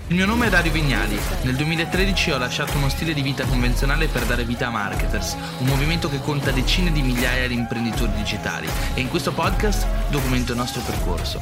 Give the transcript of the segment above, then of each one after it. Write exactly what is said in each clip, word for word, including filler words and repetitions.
Il mio nome è Dario Vignali. Nel duemilatredici ho lasciato uno stile di vita convenzionale per dare vita a Marketers, un movimento che conta decine di migliaia di imprenditori digitali, e in questo podcast documento il nostro percorso.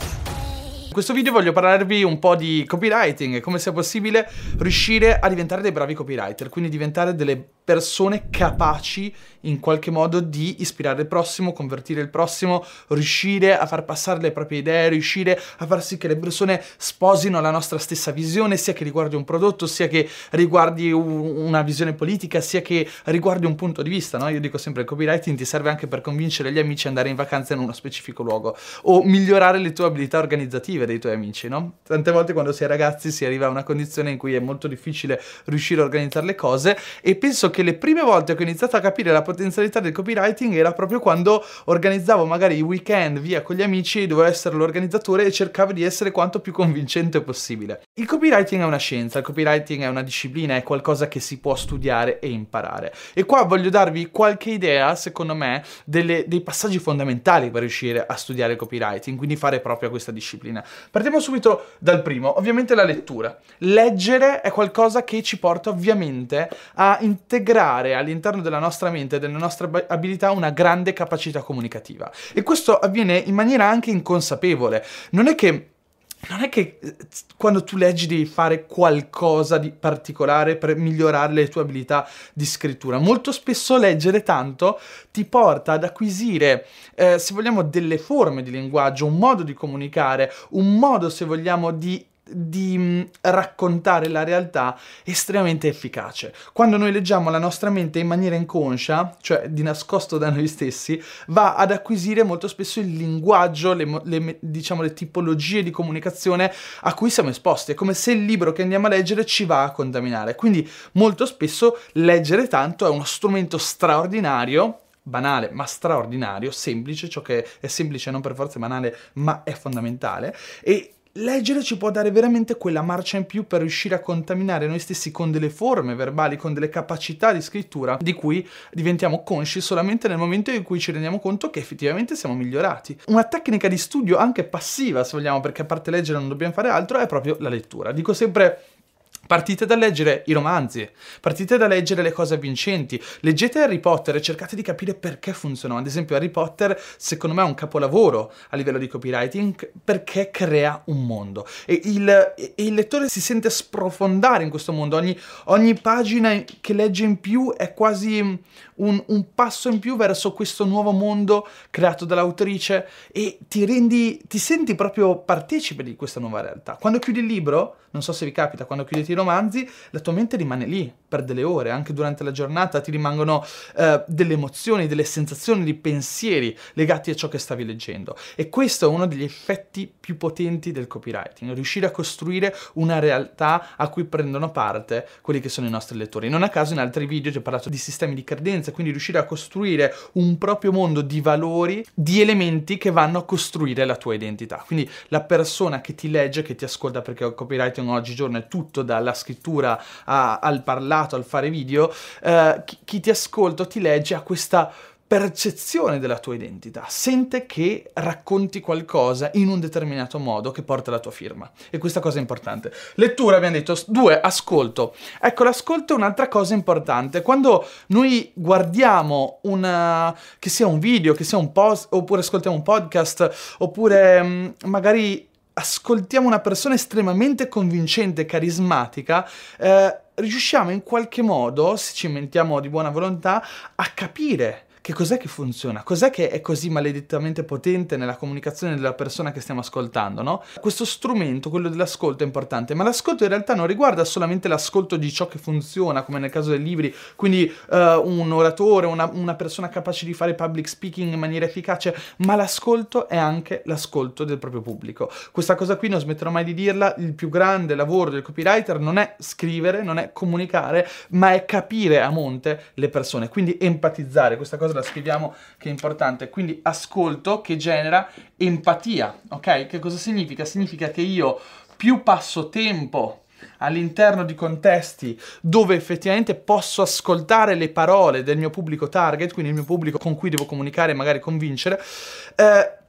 In questo video voglio parlarvi un po' di copywriting e come sia possibile riuscire a diventare dei bravi copywriter, quindi diventare delle persone capaci in qualche modo di ispirare il prossimo, convertire il prossimo, riuscire a far passare le proprie idee, riuscire a far sì che le persone sposino la nostra stessa visione, sia che riguardi un prodotto, sia che riguardi un, una visione politica, sia che riguardi un punto di vista, no? Io dico sempre, il copywriting ti serve anche per convincere gli amici ad andare in vacanza in uno specifico luogo o migliorare le tue abilità organizzative dei tuoi amici, no? Tante volte quando si è ragazzi si arriva a una condizione in cui è molto difficile riuscire a organizzare le cose, e penso che le prime volte che ho iniziato a capire la potenzialità del copywriting era proprio quando organizzavo magari i weekend via con gli amici, dovevo essere l'organizzatore e cercavo di essere quanto più convincente possibile. Il copywriting è una scienza, il copywriting è una disciplina, è qualcosa che si può studiare e imparare. E qua voglio darvi qualche idea, secondo me, delle, dei passaggi fondamentali per riuscire a studiare il copywriting, quindi fare proprio questa disciplina. Partiamo subito dal primo, ovviamente la lettura. Leggere è qualcosa che ci porta ovviamente a integrare all'interno della nostra mente e delle nostre abilità una grande capacità comunicativa. E questo avviene in maniera anche inconsapevole. Non è che Non è che quando tu leggi devi fare qualcosa di particolare per migliorare le tue abilità di scrittura. Molto spesso leggere tanto ti porta ad acquisire, eh, se vogliamo, delle forme di linguaggio, un modo di comunicare, un modo, se vogliamo, di di mh, raccontare la realtà estremamente efficace. Quando noi leggiamo, la nostra mente in maniera inconscia, cioè di nascosto da noi stessi, va ad acquisire molto spesso il linguaggio, le, le, diciamo le tipologie di comunicazione a cui siamo esposti. È come se il libro che andiamo a leggere ci va a contaminare. Quindi molto spesso leggere tanto è uno strumento straordinario, banale ma straordinario, semplice, ciò che è semplice non per forza è banale ma è fondamentale, e leggere ci può dare veramente quella marcia in più per riuscire a contaminare noi stessi con delle forme verbali, con delle capacità di scrittura di cui diventiamo consci solamente nel momento in cui ci rendiamo conto che effettivamente siamo migliorati. Una tecnica di studio anche passiva, se vogliamo, perché a parte leggere non dobbiamo fare altro, è proprio la lettura. Dico sempre: partite da leggere i romanzi, partite da leggere le cose avvincenti, leggete Harry Potter e cercate di capire perché funzionano. Ad esempio Harry Potter secondo me è un capolavoro a livello di copywriting perché crea un mondo e il, e il lettore si sente sprofondare in questo mondo. Ogni, ogni pagina che legge in più è quasi un, un passo in più verso questo nuovo mondo creato dall'autrice e ti rendi, ti senti proprio partecipe di questa nuova realtà. Quando chiudi il libro, non so se vi capita, quando chiudete i romanzi, la tua mente rimane lì per delle ore, anche durante la giornata ti rimangono eh, delle emozioni, delle sensazioni, dei pensieri legati a ciò che stavi leggendo. E questo è uno degli effetti più potenti del copywriting, riuscire a costruire una realtà a cui prendono parte quelli che sono i nostri lettori. Non a caso in altri video ti ho parlato di sistemi di credenze, quindi riuscire a costruire un proprio mondo di valori, di elementi che vanno a costruire la tua identità. Quindi la persona che ti legge, che ti ascolta, perché il copywriting oggigiorno è tutto dalla scrittura a, al parlato, al fare video, eh, chi, chi ti ascolta o ti legge ha questa percezione della tua identità, sente che racconti qualcosa in un determinato modo che porta la tua firma, e questa cosa è importante. Lettura, abbiamo detto. Due, ascolto. Ecco, l'ascolto è un'altra cosa importante. Quando noi guardiamo una, che sia un video, che sia un post, oppure ascoltiamo un podcast, oppure mh, magari ascoltiamo una persona estremamente convincente, carismatica, eh, riusciamo in qualche modo, se ci mettiamo di buona volontà, a capire che cos'è che funziona, cos'è che è così maledettamente potente nella comunicazione della persona che stiamo ascoltando, no? Questo strumento, quello dell'ascolto, è importante, ma l'ascolto in realtà non riguarda solamente l'ascolto di ciò che funziona, come nel caso dei libri, quindi uh, un oratore, una, una persona capace di fare public speaking in maniera efficace, ma l'ascolto è anche l'ascolto del proprio pubblico. Questa cosa qui non smetterò mai di dirla: il più grande lavoro del copywriter non è scrivere, non è comunicare, ma è capire a monte le persone, quindi empatizzare. Questa cosa la scriviamo, che è importante. Quindi ascolto che genera empatia, ok? Che cosa significa? Significa che io più passo tempo all'interno di contesti dove effettivamente posso ascoltare le parole del mio pubblico target, quindi il mio pubblico con cui devo comunicare e magari convincere, eh,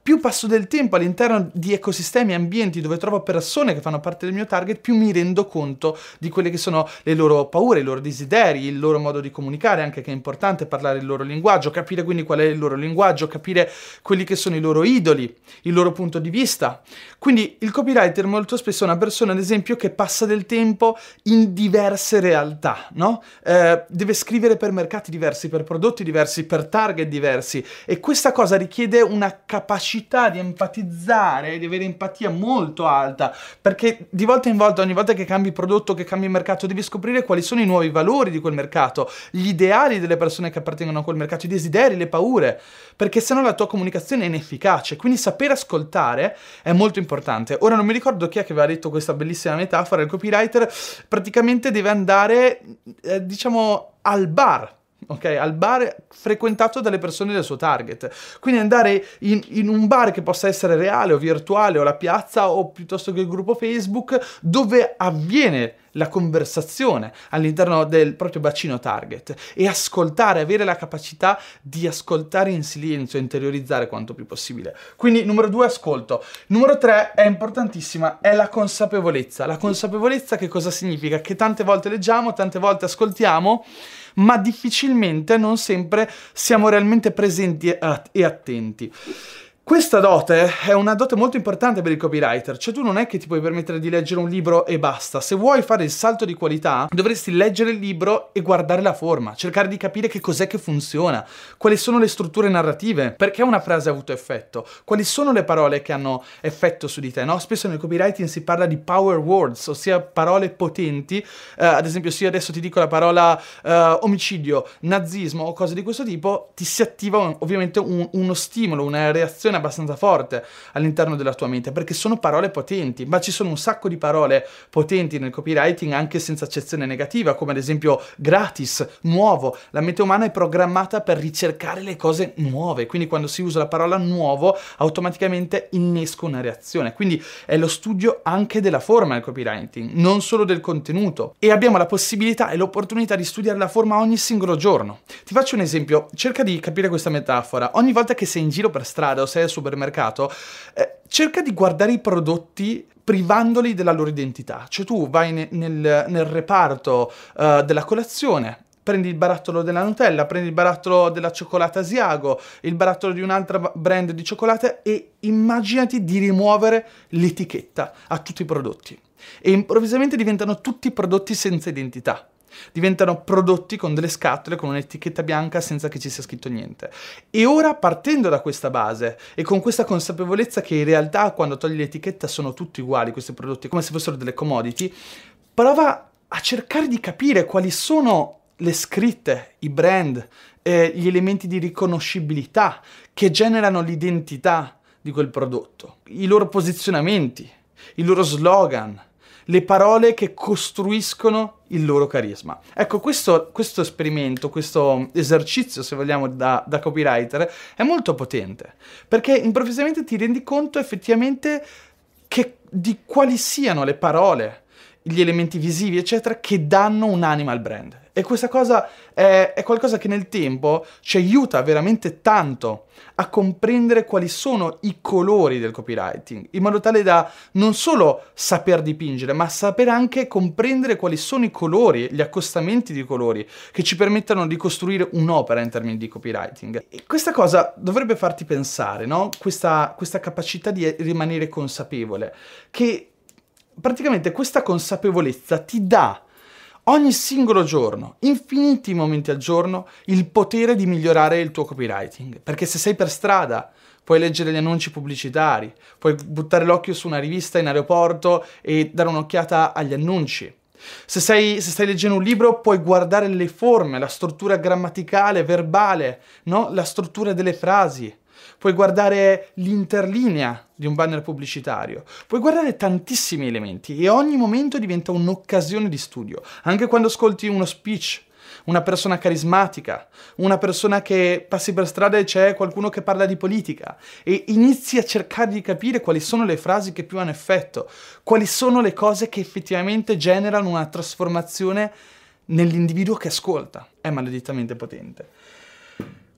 più passo del tempo all'interno di ecosistemi, ambienti dove trovo persone che fanno parte del mio target, più mi rendo conto di quelle che sono le loro paure, i loro desideri, il loro modo di comunicare, anche che è importante parlare il loro linguaggio, capire quindi qual è il loro linguaggio, capire quelli che sono i loro idoli, il loro punto di vista. Quindi il copywriter molto spesso è una persona, ad esempio, che passa del tempo in diverse realtà, no? Eh, deve scrivere per mercati diversi, per prodotti diversi, per target diversi, e questa cosa richiede una capacità di empatizzare, di avere empatia molto alta, perché di volta in volta, ogni volta che cambi prodotto, che cambi mercato, devi scoprire quali sono i nuovi valori di quel mercato, gli ideali delle persone che appartengono a quel mercato, i desideri, le paure, perché sennò la tua comunicazione è inefficace. Quindi sapere ascoltare è molto importante. Ora non mi ricordo chi è che aveva detto questa bellissima metafora. Il copywriter praticamente deve andare, eh, diciamo, al bar, ok? Al bar frequentato dalle persone del suo target. Quindi andare in, in un bar che possa essere reale o virtuale, o la piazza, o piuttosto che il gruppo Facebook, dove avviene la conversazione all'interno del proprio bacino target, e ascoltare, avere la capacità di ascoltare in silenzio, interiorizzare quanto più possibile. Quindi numero due, ascolto. Numero tre, è importantissima, è la consapevolezza. La consapevolezza che cosa significa? Che tante volte leggiamo, tante volte ascoltiamo, ma difficilmente, non sempre, siamo realmente presenti e attenti. Questa dote è una dote molto importante per il copywriter, cioè tu non è che ti puoi permettere di leggere un libro e basta. Se vuoi fare il salto di qualità, dovresti leggere il libro e guardare la forma, cercare di capire che cos'è che funziona, quali sono le strutture narrative, perché una frase ha avuto effetto, quali sono le parole che hanno effetto su di te, no? Spesso nel copywriting si parla di power words, ossia parole potenti, uh, ad esempio se io adesso ti dico la parola uh, omicidio, nazismo o cose di questo tipo, ti si attiva un, ovviamente un, uno stimolo, una reazione abbastanza forte all'interno della tua mente, perché sono parole potenti. Ma ci sono un sacco di parole potenti nel copywriting anche senza accezione negativa, come ad esempio gratis, nuovo. La mente umana è programmata per ricercare le cose nuove, quindi quando si usa la parola nuovo automaticamente innesca una reazione. Quindi è lo studio anche della forma nel copywriting, non solo del contenuto, e abbiamo la possibilità e l'opportunità di studiare la forma ogni singolo giorno. Ti faccio un esempio, cerca di capire questa metafora. Ogni volta che sei in giro per strada o sei al supermercato, eh, cerca di guardare i prodotti privandoli della loro identità. Cioè tu vai ne, nel, nel reparto uh, della colazione, prendi il barattolo della Nutella, prendi il barattolo della cioccolata Asiago, il barattolo di un'altra brand di cioccolata, e immaginati di rimuovere l'etichetta a tutti i prodotti. E improvvisamente diventano tutti prodotti senza identità. Diventano prodotti con delle scatole, con un'etichetta bianca senza che ci sia scritto niente. E ora, partendo da questa base e con questa consapevolezza che in realtà quando togli l'etichetta sono tutti uguali questi prodotti, come se fossero delle commodity, prova a cercare di capire quali sono le scritte, i brand, eh, gli elementi di riconoscibilità che generano l'identità di quel prodotto, i loro posizionamenti, i loro slogan, le parole che costruiscono il loro carisma. Ecco, questo, questo esperimento, questo esercizio, se vogliamo, da, da copywriter, è molto potente, perché improvvisamente ti rendi conto effettivamente che, di quali siano le parole, gli elementi visivi, eccetera, che danno un'anima al brand. E questa cosa è, è qualcosa che nel tempo ci aiuta veramente tanto a comprendere quali sono i colori del copywriting, in modo tale da non solo saper dipingere, ma saper anche comprendere quali sono i colori, gli accostamenti di colori che ci permettano di costruire un'opera in termini di copywriting. E questa cosa dovrebbe farti pensare, no? Questa, questa capacità di rimanere consapevole, che praticamente questa consapevolezza ti dà ogni singolo giorno, infiniti momenti al giorno, il potere di migliorare il tuo copywriting. Perché se sei per strada, puoi leggere gli annunci pubblicitari, puoi buttare l'occhio su una rivista in aeroporto e dare un'occhiata agli annunci. Se, sei, se stai leggendo un libro, puoi guardare le forme, la struttura grammaticale, verbale, no? La struttura delle frasi. Puoi guardare l'interlinea di un banner pubblicitario, puoi guardare tantissimi elementi e ogni momento diventa un'occasione di studio. Anche quando ascolti uno speech, una persona carismatica, una persona che passi per strada e c'è qualcuno che parla di politica e inizi a cercare di capire quali sono le frasi che più hanno effetto, quali sono le cose che effettivamente generano una trasformazione nell'individuo che ascolta. È maledettamente potente.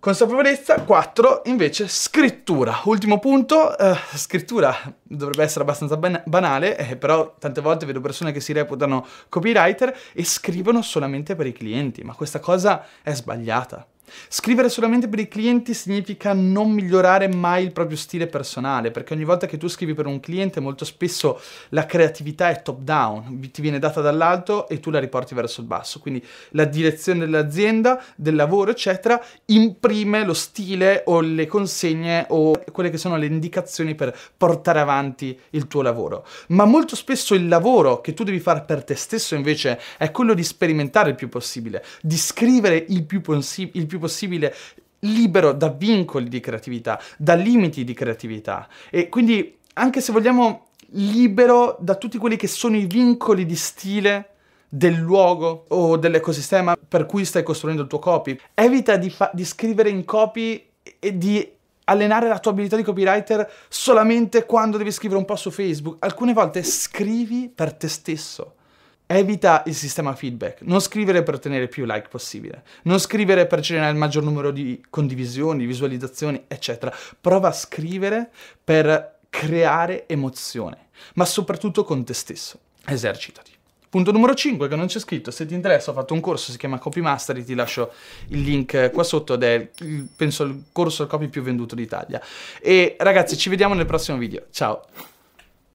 Consapevolezza. Quattro, invece, scrittura. Ultimo punto, eh, scrittura dovrebbe essere abbastanza ban- banale, eh, però tante volte vedo persone che si reputano copywriter e scrivono solamente per i clienti, ma questa cosa è sbagliata. Scrivere solamente per i clienti significa non migliorare mai il proprio stile personale, perché ogni volta che tu scrivi per un cliente molto spesso la creatività è top down, ti viene data dall'alto e tu la riporti verso il basso, quindi la direzione dell'azienda, del lavoro eccetera imprime lo stile o le consegne o quelle che sono le indicazioni per portare avanti il tuo lavoro, ma molto spesso il lavoro che tu devi fare per te stesso invece è quello di sperimentare il più possibile, di scrivere il più, possi- il più possibile libero da vincoli di creatività, da limiti di creatività e quindi anche se vogliamo libero da tutti quelli che sono i vincoli di stile del luogo o dell'ecosistema per cui stai costruendo il tuo copy. Evita di, fa- di scrivere in copy e di allenare la tua abilità di copywriter solamente quando devi scrivere un post su Facebook. Alcune volte scrivi per te stesso. Evita il sistema feedback, non scrivere per ottenere più like possibile, non scrivere per generare il maggior numero di condivisioni, visualizzazioni, eccetera. Prova a scrivere per creare emozione, ma soprattutto con te stesso. Esercitati. Punto numero cinque, che non c'è scritto, se ti interessa ho fatto un corso, si chiama Copy Mastery, ti lascio il link qua sotto ed è, il, penso, il corso al copy più venduto d'Italia. E ragazzi, ci vediamo nel prossimo video. Ciao!